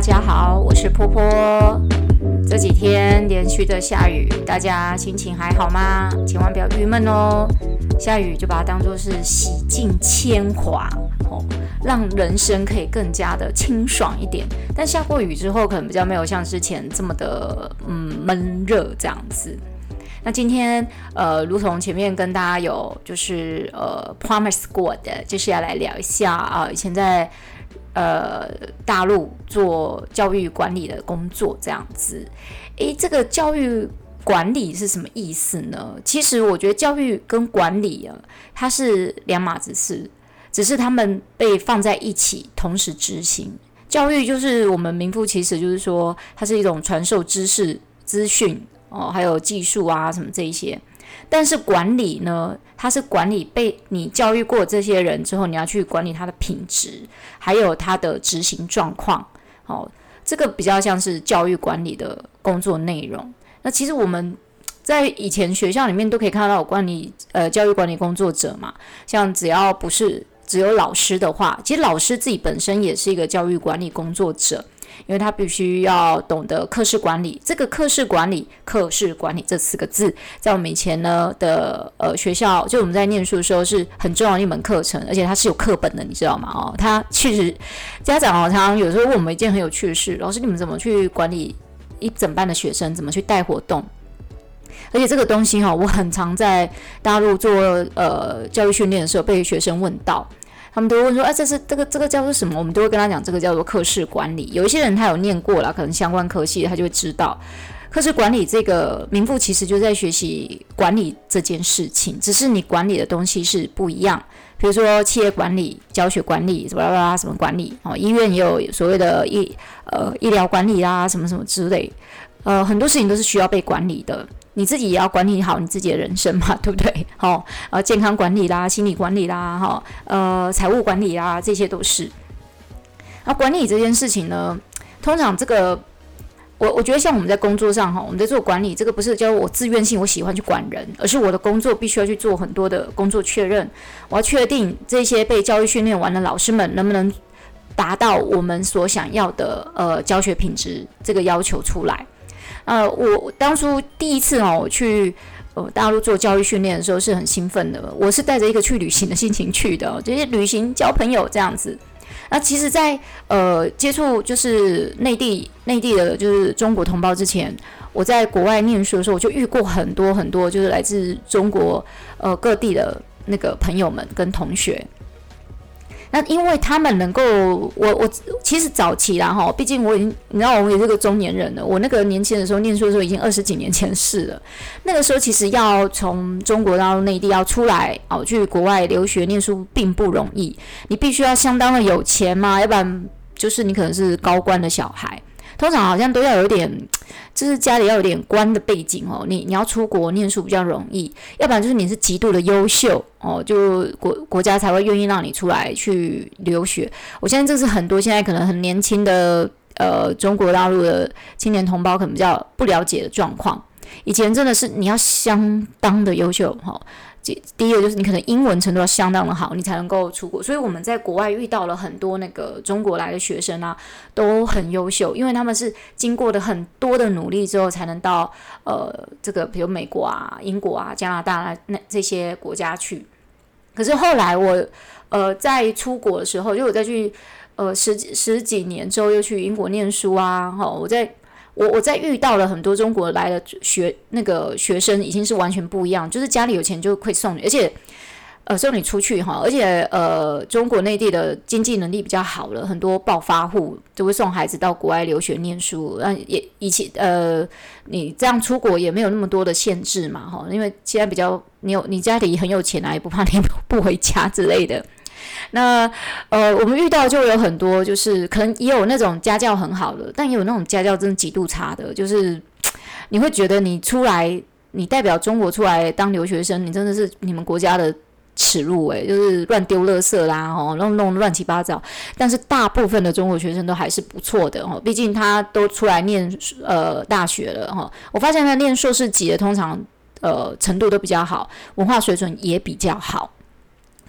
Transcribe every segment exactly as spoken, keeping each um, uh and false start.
家好，我是波波。这几天连续的下雨，大家心情还好吗？千万不要郁闷哦。下雨就把它当作是洗尽铅华、哦、让人生可以更加的清爽一点。但下过雨之后，可能比较没有像之前这么的嗯闷热这样子。那今天呃，如同前面跟大家有就是呃 promise 过的，就是要来聊一下啊、呃，以前在呃大陆做教育管理的工作这样子。诶，这个教育管理是什么意思呢？其实我觉得教育跟管理啊，它是两码子事，只是他们被放在一起同时执行。教育就是我们名副其实，就是说它是一种传授知识、资讯。哦，还有技术啊，什么这一些，但是管理呢，它是管理被你教育过这些人之后，你要去管理他的品质，还有他的执行状况。哦，这个比较像是教育管理的工作内容。那其实我们在以前学校里面都可以看到管理呃教育管理工作者嘛，像只要不是只有老师的话，其实老师自己本身也是一个教育管理工作者。因为他必须要懂得课室管理，这个课室管理、课室管理这四个字，在我们以前呢的呃学校，就我们在念书的时候是很重要的一门课程，而且它是有课本的，你知道吗？哦，它确实家长哦常常有时候问我们一件很有趣的事，老师你们怎么去管理一整班的学生，怎么去带活动？而且这个东西哈、哦，我很常在大陆做呃教育训练的时候被学生问到。他们都会问说，哎、啊，这是这个这个叫做什么？我们都会跟他讲，这个叫做课室管理。有一些人他有念过啦，可能相关科系他就会知道，课室管理这个名副其实就在学习管理这件事情，只是你管理的东西是不一样。比如说企业管理、教学管理，什么什么管理哦，医院也有所谓的医呃医疗管理啦，什么什么之类，呃，很多事情都是需要被管理的。你自己也要管理好你自己的人生嘛，对不对？哦，呃，健康管理啦，心理管理啦，哈、哦，呃，财务管理啦，这些都是。那管理这件事情呢，通常这个，我我觉得像我们在工作上哈，我们在做管理，这个不是叫我自愿性，我喜欢去管人，而是我的工作必须要去做很多的工作确认，我要确定这些被教育训练完的老师们能不能达到我们所想要的呃教学品质这个要求出来。呃，我当初第一次哦，我去呃大陆做教育训练的时候是很兴奋的，我是带着一个去旅行的心情去的、哦，就是旅行交朋友这样子。那其实在，在呃接触就是内地内地的，就是中国同胞之前，我在国外念书的时候，我就遇过很多很多就是来自中国呃各地的那个朋友们跟同学。那因为他们能够，我我其实早期啦哈，毕竟我已经，你知道我也是个中年人了。我那个年轻的时候念书的时候，已经二十几年前事了。那个时候其实要从中国到内地要出来哦，去国外留学念书并不容易，你必须要相当的有钱嘛，要不然就是你可能是高官的小孩。通常好像都要有点，就是家里要有点官的背景哦，你你要出国念书比较容易，要不然就是你是极度的优秀哦，就国国家才会愿意让你出来去留学。我相信这是很多现在可能很年轻的呃中国大陆的青年同胞可能比较不了解的状况。以前真的是你要相当的优秀哈、哦。第一个就是你可能英文程度要相当的好，你才能够出国。所以我们在国外遇到了很多那个中国来的学生啊，都很优秀，因为他们是经过的很多的努力之后，才能到呃这个比如美国啊、英国啊、加拿大啊那这些国家去。可是后来我呃在出国的时候，就我再去呃十十几年之后又去英国念书啊，哈，我在。我我在遇到了很多中国来的学那个学生，已经是完全不一样，就是家里有钱就会送你，而且呃送你出去哈，而且呃中国内地的经济能力比较好了，很多暴发户就会送孩子到国外留学念书，那也以前呃你这样出国也没有那么多的限制嘛哈，因为现在比较你有你家里很有钱啊，也不怕你不回家之类的。那呃，我们遇到就有很多，就是可能也有那种家教很好的，但也有那种家教真的极度差的，就是你会觉得你出来，你代表中国出来当留学生，你真的是你们国家的耻辱诶、欸，就是乱丢垃圾啦，哦，弄弄乱七八糟。但是大部分的中国学生都还是不错的哦，毕竟他都出来念呃大学了哈、哦。我发现他念硕士级的通常呃程度都比较好，文化水准也比较好。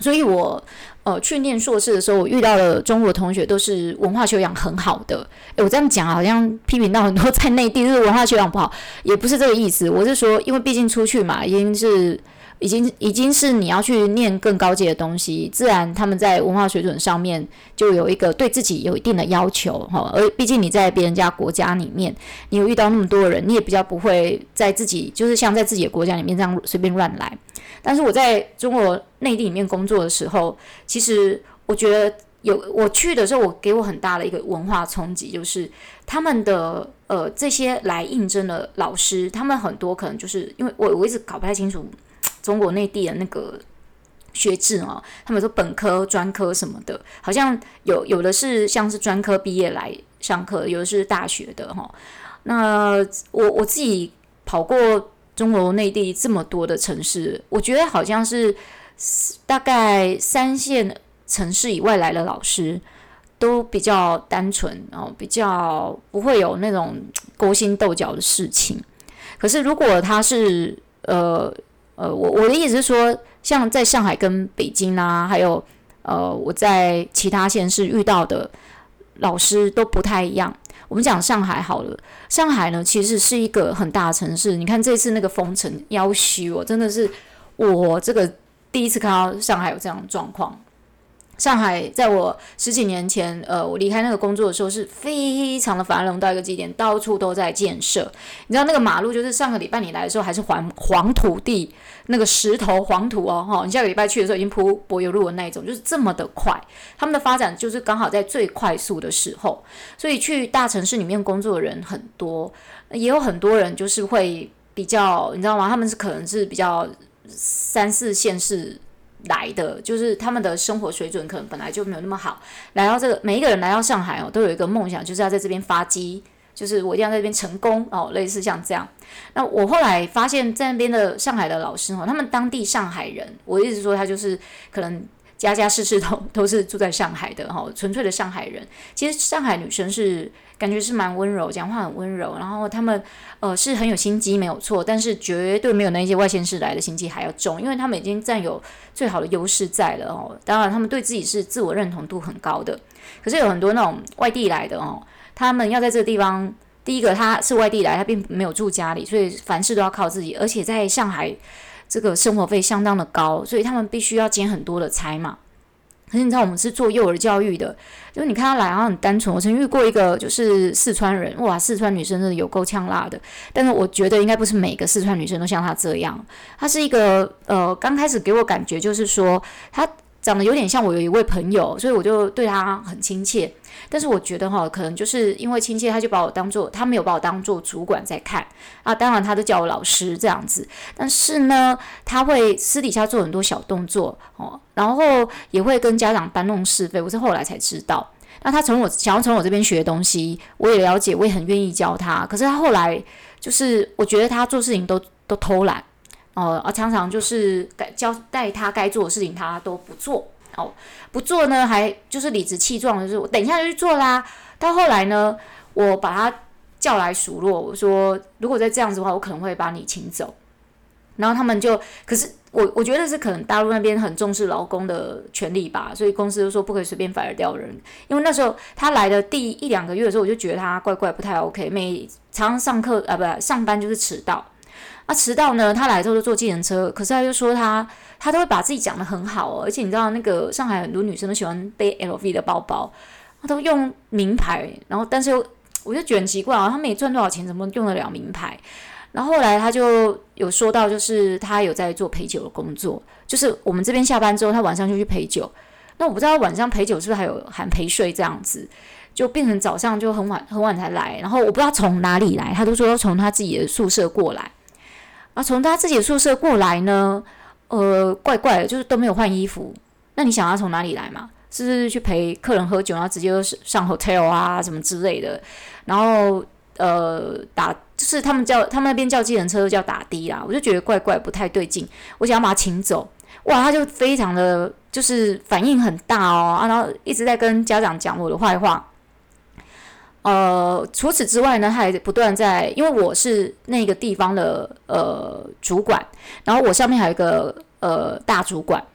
所以我呃去念硕士的时候，我遇到的中国同学都是文化修养很好的。诶，我这样讲好像批评到很多在内地就是文化修养不好，也不是这个意思。我是说，因为毕竟出去嘛，已经是已经已经是你要去念更高阶的东西，自然他们在文化水准上面就有一个对自己有一定的要求哈。而毕竟你在别人家国家里面，你有遇到那么多人，你也比较不会在自己就是像在自己的国家里面这样随便乱来。但是我在中国内地里面工作的时候，其实我觉得有我去的时候，我给我很大的一个文化冲击，就是他们的呃这些来应征的老师，他们很多可能就是因为我我一直搞不太清楚中国内地的那个学制哦，他们说本科、专科什么的，好像有有的是像是专科毕业来上课，有的是大学的哈。那我我自己跑过中国内地这么多的城市，我觉得好像是大概三线城市以外来的老师都比较单纯，然后比较不会有那种勾心斗角的事情。可是如果他是呃呃，我我的意思是说，像在上海跟北京啊，还有呃我在其他县市遇到的老师都不太一样。我们讲上海好了，上海呢其实是一个很大的城市。你看这次那个封城要虚哦，真的是我这个第一次看到上海有这样的状况。上海在我十几年前，呃，我离开那个工作的时候是非常的繁荣到一个极点，到处都在建设。你知道那个马路就是上个礼拜你来的时候还是黄黄土地，那个石头黄土哦，哈，你下个礼拜去的时候已经铺柏油路的那一种，就是这么的快。他们的发展就是刚好在最快速的时候，所以去大城市里面工作的人很多，也有很多人就是会比较，你知道吗？他们是可能是比较三四线市来的，就是他们的生活水准可能本来就没有那么好，来到这个每一个人来到上海哦，都有一个梦想，就是要在这边发迹，就是我一定要在这边成功哦，类似像这样。那我后来发现，在那边的上海的老师哦，他们当地上海人，我一直说他就是可能家家世世都都是住在上海的哈，纯粹的上海人。其实上海女生是感觉是蛮温柔，讲话很温柔，然后他们呃是很有心机没有错，但是绝对没有那些外县市来的心机还要重，因为他们已经占有最好的优势在了哦。当然他们对自己是自我认同度很高的，可是有很多那种外地来的哦，他们要在这个地方，第一个他是外地来，他并没有住家里，所以凡事都要靠自己，而且在上海这个生活费相当的高，所以他们必须要兼很多的差嘛。可是你知道我们是做幼儿教育的，就是你看他来然后很单纯。我曾遇过一个就是四川人，哇，四川女生真的有够呛辣的，但是我觉得应该不是每个四川女生都像她这样。她是一个呃，刚开始给我感觉就是说她长得有点像我有一位朋友，所以我就对她很亲切。但是我觉得哈，可能就是因为亲切，他就把我当做他没有把我当做主管在看啊。当然他都叫我老师这样子，但是呢，他会私底下做很多小动作哦，然后也会跟家长搬弄是非。我是后来才知道，那他从我想要从我这边学东西，我也了解，我也很愿意教他。可是他后来就是我觉得他做事情都都偷懒哦，啊，常常就是该交代他该做的事情他都不做。哦，不做呢，还就是理直气壮，就是我等一下就去做啦。到后来呢，我把他叫来数落，我说如果再这样子的话，我可能会把你请走。然后他们就，可是我我觉得是可能大陆那边很重视劳工的权利吧，所以公司就说不可以随便 fire 掉人。因为那时候他来的第一两个月的时候，我就觉得他怪怪不太 OK， 每常常上课啊不上班就是迟到。啊，迟到呢，他来之后就坐计程车，可是他就说他他都会把自己讲得很好哦，而且你知道那个上海很多女生都喜欢背 L V 的包包，他都用名牌，然后但是又我就觉得很奇怪啊，他没赚多少钱，怎么用得了名牌？然后后来他就有说到，就是他有在做陪酒的工作，就是我们这边下班之后，他晚上就去陪酒。那我不知道晚上陪酒是不是还有含陪睡这样子，就变成早上就很晚很晚才来，然后我不知道从哪里来，他都说要从他自己的宿舍过来。啊，从他自己的宿舍过来呢，呃，怪怪的，就是都没有换衣服。那你想他从哪里来嘛？是不是去陪客人喝酒，然后直接上 hotel 啊什么之类的？然后呃打，就是他们叫他们那边叫计程车都叫打的啦，我就觉得怪怪不太对劲。我想要把他请走，哇，他就非常的就是反应很大哦，啊，然后一直在跟家长讲我的坏话。呃，除此之外呢，他还不断在，因为我是那个地方的呃主管，然后我上面还有一个呃大主管，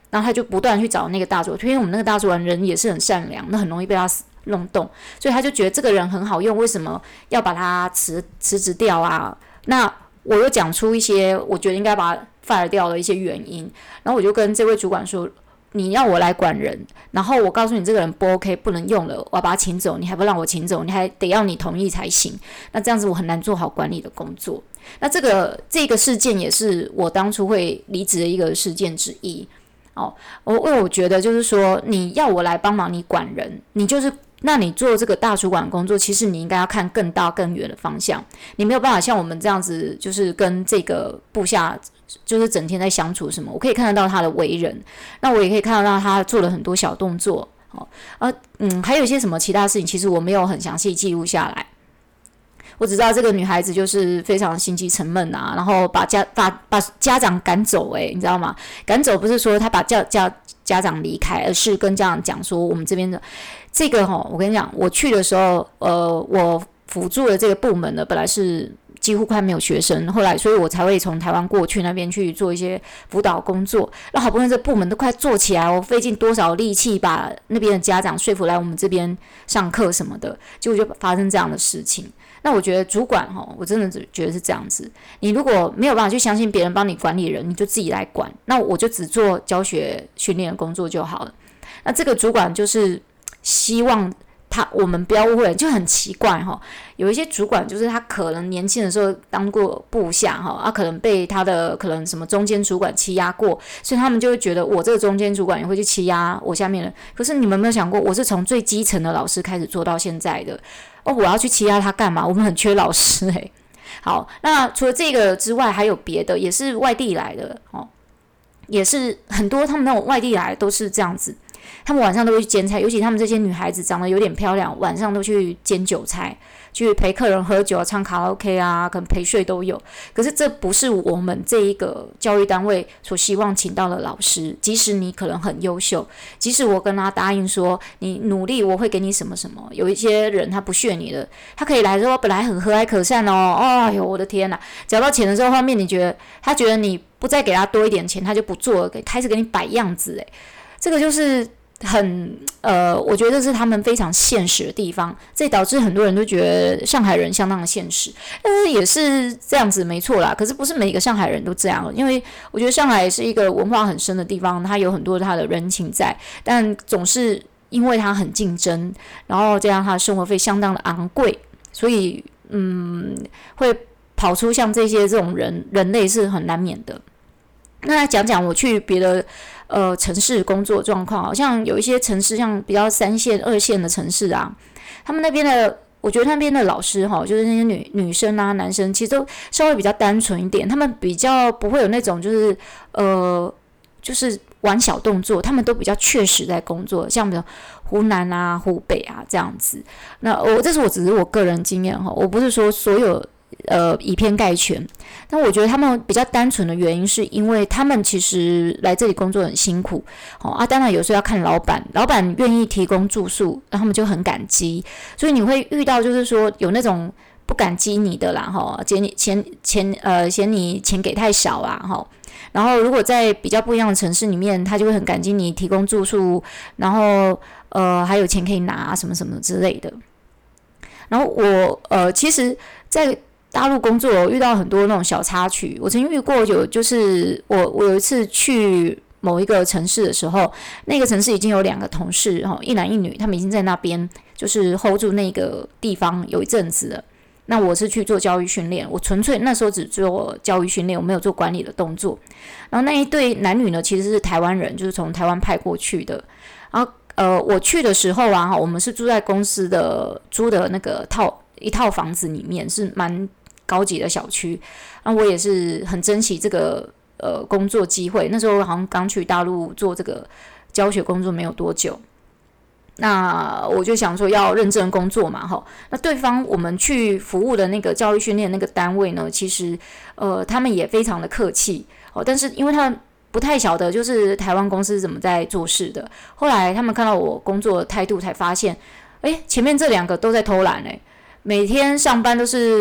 然后他就不断去找那个大主管，因为我们那个大主管人也是很善良，那很容易被他弄动，所以他就觉得这个人很好用，为什么要把他辞辞职掉啊？那我又讲出一些我觉得应该把他 fire 掉的一些原因，然后我就跟这位主管说，你要我来管人，然后我告诉你这个人不 OK 不能用了，我要把他请走，你还不让我请走，你还得要你同意才行，那这样子我很难做好管理的工作。那这个这个事件也是我当初会离职的一个事件之一。哦，我因为我觉得就是说，你要我来帮忙你管人，你就是那你做这个大主管工作，其实你应该要看更大更远的方向，你没有办法像我们这样子，就是跟这个部下就是整天在相处什么，我可以看得到他的为人，那我也可以看得到他做了很多小动作，哦，呃，嗯，还有一些什么其他事情，其实我没有很详细记录下来。我只知道这个女孩子就是非常心机沉闷啊，然后把家把把家长赶走、欸，诶，你知道吗？赶走不是说她把家家家长离开，而是跟家长讲说，我们这边的这个哈，我跟你讲，我去的时候，呃，我辅助的这个部门呢，本来是几乎快没有学生，后来所以我才会从台湾过去那边去做一些辅导工作。那好不容易这部门都快做起来，我费尽多少力气把那边的家长说服来我们这边上课什么的，结果就发生这样的事情。那我觉得主管哈，我真的觉得是这样子。你如果没有办法去相信别人帮你管理人，你就自己来管。那我就只做教学训练的工作就好了。那这个主管就是希望他我们不要误会，就很奇怪哈。有一些主管就是他可能年轻的时候当过部下哈，啊可能被他的可能什么中间主管欺压过，所以他们就会觉得我这个中间主管也会去欺压我下面的人。可是你们有没有想过，我是从最基层的老师开始做到现在的，哦，我要去欺压他干嘛？我们很缺老师诶、欸。好，那除了这个之外，还有别的，也是外地来的哦，也是很多他们那种外地来的都是这样子。他们晚上都会去兼差，尤其他们这些女孩子长得有点漂亮，晚上都去兼酒差，去陪客人喝酒、唱卡拉 OK 啊，可能陪睡都有。可是这不是我们这一个教育单位所希望请到的老师。即使你可能很优秀，即使我跟他答应说你努力我会给你什么什么，有一些人他不屑你的，他可以来说本来很和蔼可善哦，哎呦我的天哪！找到钱的时候，后面你觉得他觉得你不再给他多一点钱，他就不做了，开始给你摆样子诶，这个就是。很呃，我觉得这是他们非常现实的地方，这导致很多人都觉得上海人相当的现实，但是也是这样子没错啦。可是不是每个上海人都这样，因为我觉得上海是一个文化很深的地方，它有很多它的人情在，但总是因为它很竞争，然后这样它的生活费相当的昂贵，所以嗯，会跑出像这些这种人人类是很难免的。那来讲讲我去别的呃城市工作状况，好像有一些城市像比较三线、二线的城市啊，他们那边的，我觉得那边的老师哈，就是那些女女生啊、男生，其实都稍微比较单纯一点，他们比较不会有那种就是呃就是玩小动作，他们都比较确实在工作，像比如湖南啊、湖北啊这样子。那我这是我只是我个人经验哈，我不是说所有。呃，以偏概全，但我觉得他们比较单纯的原因，是因为他们其实来这里工作很辛苦，哦啊，当然有时候要看老板，老板愿意提供住宿，那他们就很感激，所以你会遇到就是说有那种不感激你的啦，哈，嫌你钱钱呃嫌你钱给太少啊，哈，然后如果在比较不一样的城市里面，他就会很感激你提供住宿，然后呃还有钱可以拿什么什么之类的，然后我呃其实，在大陆工作，我遇到很多那种小插曲。我曾经遇过有，就是我我有一次去某一个城市的时候，那个城市已经有两个同事哈，一男一女，他们已经在那边就是 hold 住那个地方有一阵子了。那我是去做教育训练，我纯粹那时候只做教育训练，我没有做管理的动作。然后那一对男女呢，其实是台湾人，就是从台湾派过去的。然后呃，我去的时候啊，我们是住在公司的租的那个套一套房子里面，是蛮高级的小区，那我也是很珍惜这个呃工作机会。那时候好像刚去大陆做这个教学工作没有多久，那我就想说要认真工作嘛，哈。那对方我们去服务的那个教育训练那个单位呢，其实呃他们也非常的客气，哦，但是因为他们不太晓得就是台湾公司怎么在做事的，后来他们看到我工作的态度，才发现，哎，前面这两个都在偷懒哎。每天上班都是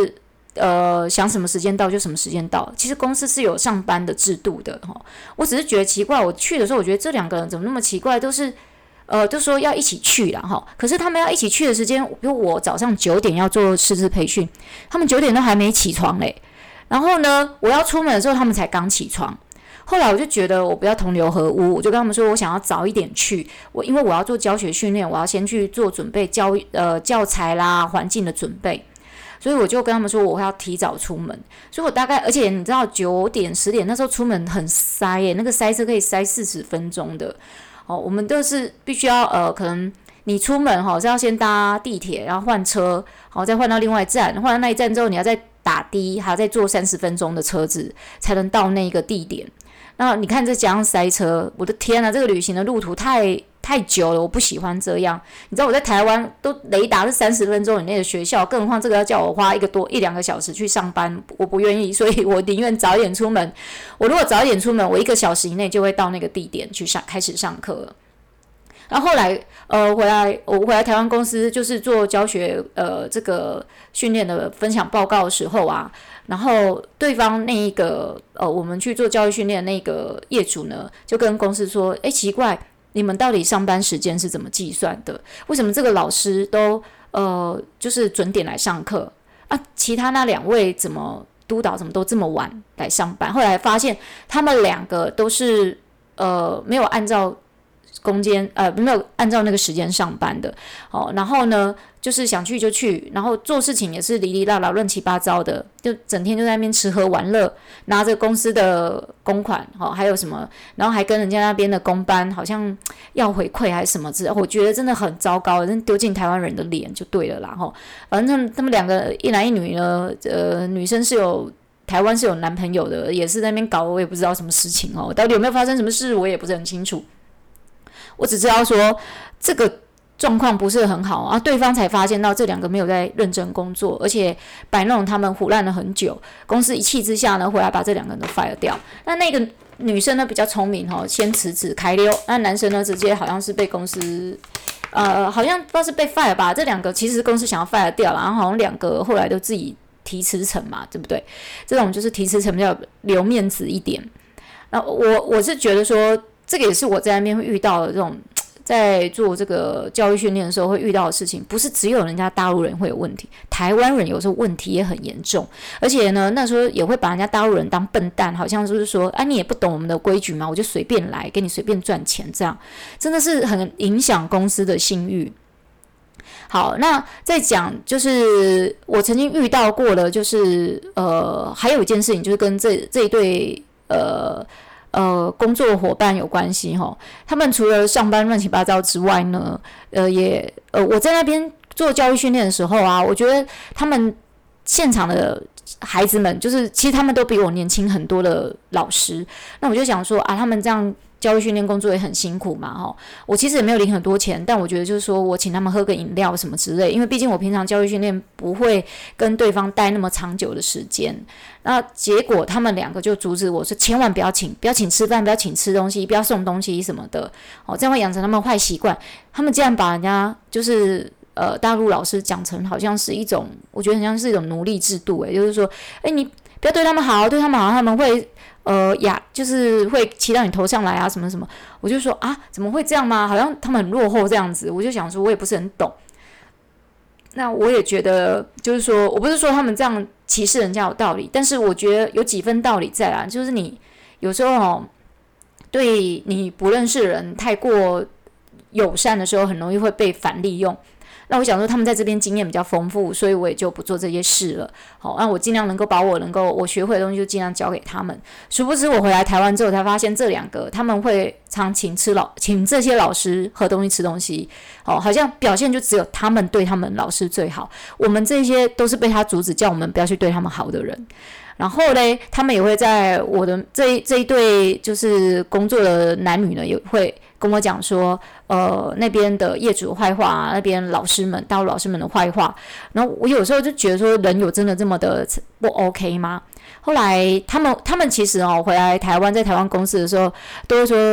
呃想什么时间到就什么时间到。其实公司是有上班的制度的哈。我只是觉得奇怪，我去的时候我觉得这两个人怎么那么奇怪，都是呃就说要一起去啦哈。可是他们要一起去的时间，比如我早上九点要做师资培训，他们九点都还没起床嘞。然后呢，我要出门的时候他们才刚起床。后来我就觉得我不要同流合污，我就跟他们说我想要早一点去，我因为我要做教学训练，我要先去做准备教呃教材啦、环境的准备，所以我就跟他们说我要提早出门。所以我大概，而且你知道九点十点那时候出门很塞耶，那个塞车可以塞四十分钟的。哦，我们都是必须要呃，可能你出门哈、哦、是要先搭地铁，然后换车，好、哦、再换到另外一站，换到那一站之后你要再打的，还要再坐三十分钟的车子才能到那个地点。那你看这加上塞车，我的天啊，这个旅行的路途太太久了，我不喜欢这样。你知道我在台湾都雷达是三十分钟以内的学校，更何况这个要叫我花一个多一两个小时去上班，我不愿意，所以我宁愿早一点出门。我如果早一点出门，我一个小时以内就会到那个地点去上开始上课了。然后后来，呃，回来我回来台湾公司就是做教学，呃，这个训练的分享报告的时候啊，然后对方那一个，呃，我们去做教育训练的那个业主呢，就跟公司说，哎，奇怪，你们到底上班时间是怎么计算的？为什么这个老师都呃就是准点来上课啊？其他那两位怎么督导怎么都这么晚来上班？后来发现他们两个都是呃没有按照工间呃没有按照那个时间上班的，哦，然后呢就是想去就去，然后做事情也是哩哩啦啦乱七八糟的，就整天就在那边吃喝玩乐，拿着公司的公款，哦，还有什么，然后还跟人家那边的公班好像要回馈还是什么之类，我觉得真的很糟糕，真丢进台湾人的脸就对了啦，吼，反正他们两个一男一女呢，呃，女生是有。台湾是有男朋友的，也是在那边搞，我也不知道什么事情哦，到底有没有发生什么事，我也不是很清楚。我只知道说这个状况不是很好啊，对方才发现到这两个没有在认真工作，而且摆弄他们唬烂了很久。公司一气之下呢，回来把这两个人都 fire 掉。那那个女生呢比较聪明哈、哦，先辞职开溜。那男生呢直接好像是被公司呃，好像不知道是被 fire 吧。这两个其实公司想要 fire 掉，然后好像两个后来都自己提辞呈嘛，对不对？这种就是提辞呈比较留面子一点。那我我是觉得说，这个也是我在那边会遇到的这种，在做这个教育训练的时候会遇到的事情，不是只有人家大陆人会有问题，台湾人有时候问题也很严重，而且呢，那时候也会把人家大陆人当笨蛋，好像就是说，啊，你也不懂我们的规矩嘛，我就随便来，给你随便赚钱，这样真的是很影响公司的信誉。好，那再讲就是我曾经遇到过的，就是呃，还有一件事情就是跟这这一对呃呃工作伙伴有关系哈。他们除了上班乱七八糟之外呢，呃也呃我在那边做教育训练的时候啊，我觉得他们现场的孩子们，就是其实他们都比我年轻很多的老师，那我就想说啊，他们这样。教育训练工作也很辛苦嘛，哈，我其实也没有领很多钱，但我觉得就是说我请他们喝个饮料什么之类，因为毕竟我平常教育训练不会跟对方待那么长久的时间。那结果他们两个就阻止我说，千万不要请，不要请吃饭，不要请吃东西，不要送东西什么的，哦，这样会养成他们坏习惯。他们竟然把人家就是呃大陆老师讲成好像是一种，我觉得很像是一种奴隶制度，诶，就是说，诶，你不要对他们好，对他们好，他们会。呃呀，就是会骑到你头上来啊，什么什么，我就说啊，怎么会这样吗？好像他们很落后这样子，我就想说，我也不是很懂。那我也觉得，就是说我不是说他们这样歧视人家有道理，但是我觉得有几分道理在啦，就是你有时候哦，对你不认识的人太过友善的时候，很容易会被反利用。那我想说，他们在这边经验比较丰富，所以我也就不做这些事了。好，那我尽量能够把我能够我学会的东西就尽量教给他们。殊不知我回来台湾之后才发现，这两个他们会常请吃老请这些老师喝东西吃东西，哦，好像表现就只有他们对他们老师最好，我们这些都是被他阻止叫我们不要去对他们好的人。然后呢，他们也会在我的这一这一对就是工作的男女呢，也会跟我讲说，呃，那边的业主坏话啊，那边老师们大陆老师们的坏话。然后我有时候就觉得说，人有真的这么的不 OK 吗？后来他们他们其实哦，回来台湾在台湾公司的时候，都会说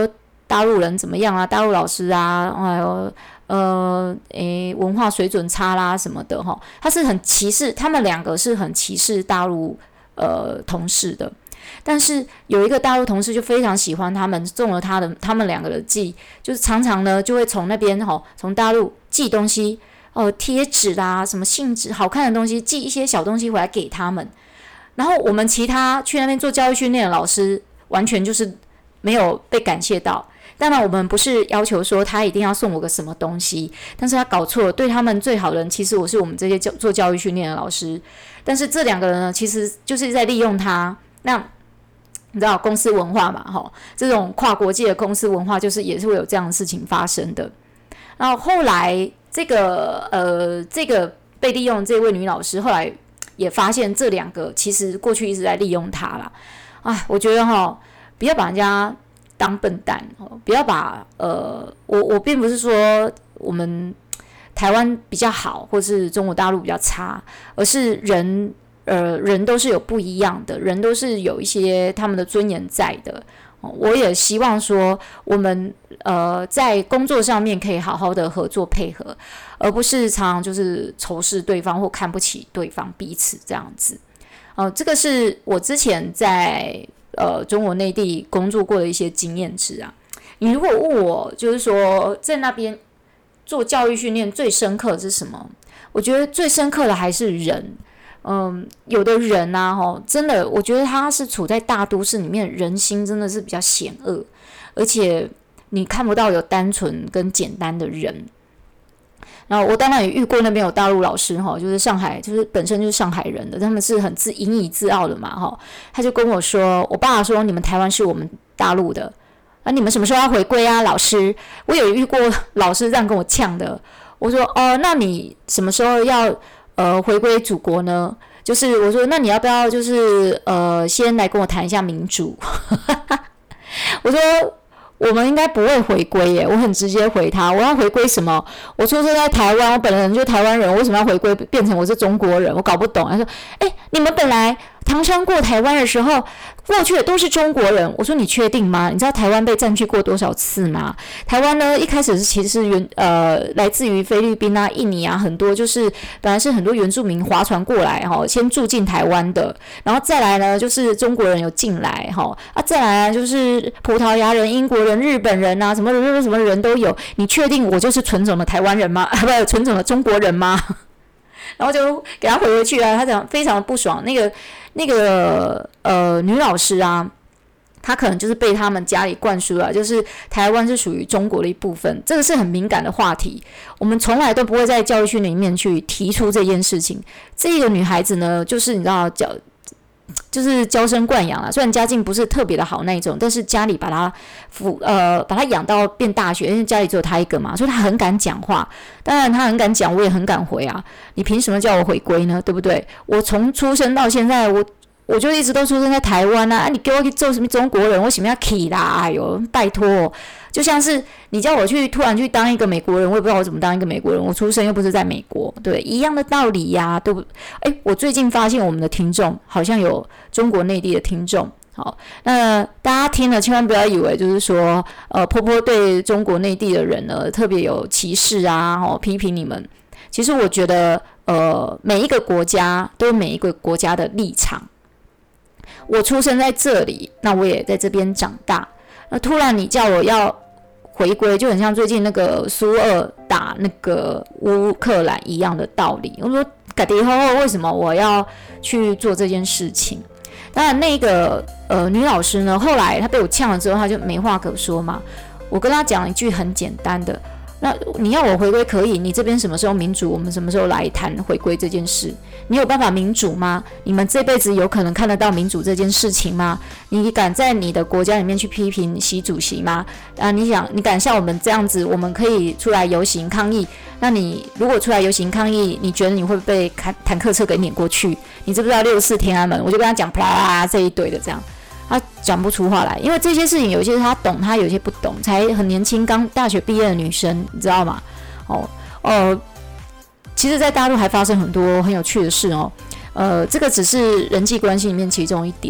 大陆人怎么样啊，大陆老师啊，还有呃诶文化水准差啦什么的哈，他是很歧视，他们两个是很歧视大陆呃同事的。但是有一个大陆同事就非常喜欢他们，中了他的他们两个的计，就是常常呢就会从那边哈，从大陆寄东西哦，贴纸啦，什么信纸好看的东西，寄一些小东西回来给他们。然后我们其他去那边做教育训练的老师，完全就是没有被感谢到。当然，我们不是要求说他一定要送我个什么东西，但是他搞错了，对他们最好的人，其实我是我们这些教做教育训练的老师。但是这两个人呢，其实就是在利用他。那你知道公司文化嘛？哈，这种跨国际的公司文化，就是也是会有这样的事情发生的。然后后来这个呃，这个被利用的这位女老师，后来也发现这两个其实过去一直在利用她啦。哎，我觉得哈，不要把人家当笨蛋，不要把呃，我我并不是说我们台湾比较好，或是中国大陆比较差，而是人。呃，人都是有不一样的，人都是有一些他们的尊严在的。我也希望说，我们呃在工作上面可以好好的合作配合，而不是常常就是仇视对方或看不起对方彼此这样子。呃，这个是我之前在呃中国内地工作过的一些经验值啊。你如果问我，就是说在那边做教育训练最深刻的是什么？我觉得最深刻的还是人。嗯，有的人啊，吼，真的，我觉得他是处在大都市里面，人心真的是比较险恶，而且你看不到有单纯跟简单的人。然后我当然也遇过那边有大陆老师，哈，就是上海，就是本身就是上海人的，他们是很自引以自傲的嘛，哈。他就跟我说，我爸说你们台湾是我们大陆的，啊，你们什么时候要回归啊，老师？我有遇过老师这样跟我呛的，我说，哦，那你什么时候要？呃，回归祖国呢，就是我说，那你要不要就是呃，先来跟我谈一下民主？我说我们应该不会回归耶，我很直接回他，我要回归什么？我出生在台湾，我本人就台湾人，为什么要回归变成我是中国人？我搞不懂。他说，哎，你们本来唐山过台湾的时候，过去的都是中国人。我说你确定吗？你知道台湾被占据过多少次吗？台湾呢，一开始是其实是原呃来自于菲律宾啊、印尼啊，很多就是本来是很多原住民划船过来哈，先住进台湾的，然后再来呢就是中国人有进来哈啊，再来啊就是葡萄牙人、英国人、日本人啊，什么什么什么人都有。你确定我就是纯种的台湾人吗？不，纯种的中国人吗？然后就给他回回去啊，他讲非常的不爽。那个那个呃女老师啊，她可能就是被他们家里灌输了，就是台湾是属于中国的一部分，这个是很敏感的话题，我们从来都不会在教育训练里面去提出这件事情。这个女孩子呢，就是你知道教。就是娇生惯养啦，虽然家境不是特别的好那一种，但是家里把她抚呃把她养到变大学，因为家里只有她一个嘛，所以她很敢讲话。当然她很敢讲，我也很敢回啊。你凭什么叫我回归呢？对不对？我从出生到现在，我我就一直都出生在台湾啊！啊你给我去做什么中国人？我为什么要起啦？哎呦，拜托！就像是你叫我去突然去当一个美国人，我也不知道我怎么当一个美国人。我出生又不是在美国，对，一样的道理呀、啊，对不？哎，我最近发现我们的听众好像有中国内地的听众，好，那大家听了千万不要以为就是说，呃，婆婆对中国内地的人呢特别有歧视啊，哦，批评你们。其实我觉得，呃，每一个国家都有每一个国家的立场。我出生在这里，那我也在这边长大。那突然你叫我要回归，就很像最近那个苏俄打那个乌克兰一样的道理。我说，改地后为什么我要去做这件事情？当然，那个呃女老师呢，后来她被我呛了之后，她就没话可说嘛。我跟她讲一句很简单的。那你要我回归可以，你这边什么时候民主，我们什么时候来谈回归这件事？你有办法民主吗？你们这辈子有可能看得到民主这件事情吗？你敢在你的国家里面去批评习主席吗？啊，你想，你敢像我们这样子，我们可以出来游行抗议？那你如果出来游行抗议，你觉得你会被坦克车给碾过去？你知不知道六四天安门？我就跟他讲啪啦这一堆的这样。他讲不出话来，因为这些事情有些他懂，他有些不懂，才很年轻，刚大学毕业的女生，你知道吗？哦，呃，其实，在大陆还发生很多很有趣的事哦。呃，这个只是人际关系里面其中一点。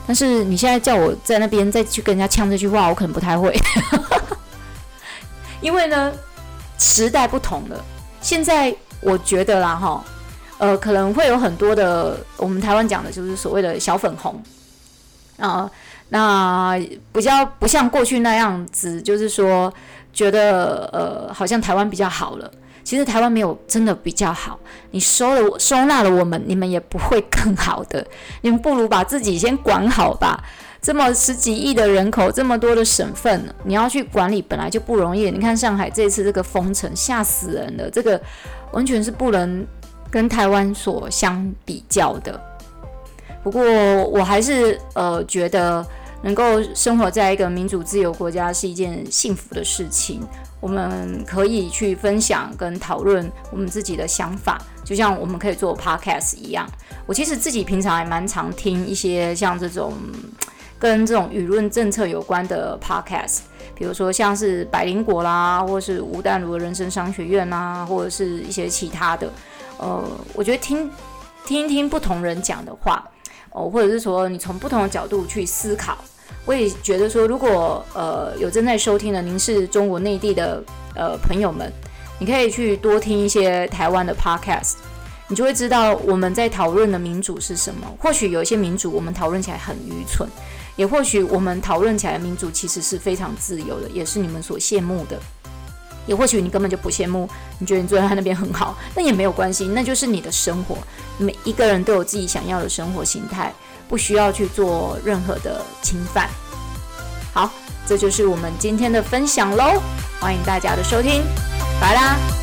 但是你现在叫我在那边再去跟人家呛这句话，我可能不太会，因为呢，时代不同了。现在我觉得啦，哈，呃，可能会有很多的，我们台湾讲的就是所谓的小粉红，啊、呃，那比较不像过去那样子，就是说觉得呃，好像台湾比较好了。其实台湾没有真的比较好，你收了我收纳了我们，你们也不会更好的。你们不如把自己先管好吧。这么十几亿的人口，这么多的省份，你要去管理本来就不容易。你看上海这次这个封城，吓死人了，这个完全是不能跟台湾所相比较的。不过我还是呃觉得能够生活在一个民主自由国家是一件幸福的事情。我们可以去分享跟讨论我们自己的想法，就像我们可以做 podcast 一样。我其实自己平常还蛮常听一些像这种跟这种舆论政策有关的 podcast， 比如说像是百灵果啦，或是吴淡如的人生商学院啦，或者是一些其他的。呃，我觉得听听一听不同人讲的话，哦，或者是说你从不同的角度去思考。我也觉得说，如果呃有正在收听的您是中国内地的呃朋友们，你可以去多听一些台湾的 podcast， 你就会知道我们在讨论的民主是什么。或许有一些民主我们讨论起来很愚蠢，也或许我们讨论起来的民主其实是非常自由的，也是你们所羡慕的。也或许你根本就不羡慕，你觉得你坐在那边很好，那也没有关系，那就是你的生活。每一个人都有自己想要的生活形态，不需要去做任何的侵犯。好，这就是我们今天的分享咯，欢迎大家的收听，拜啦。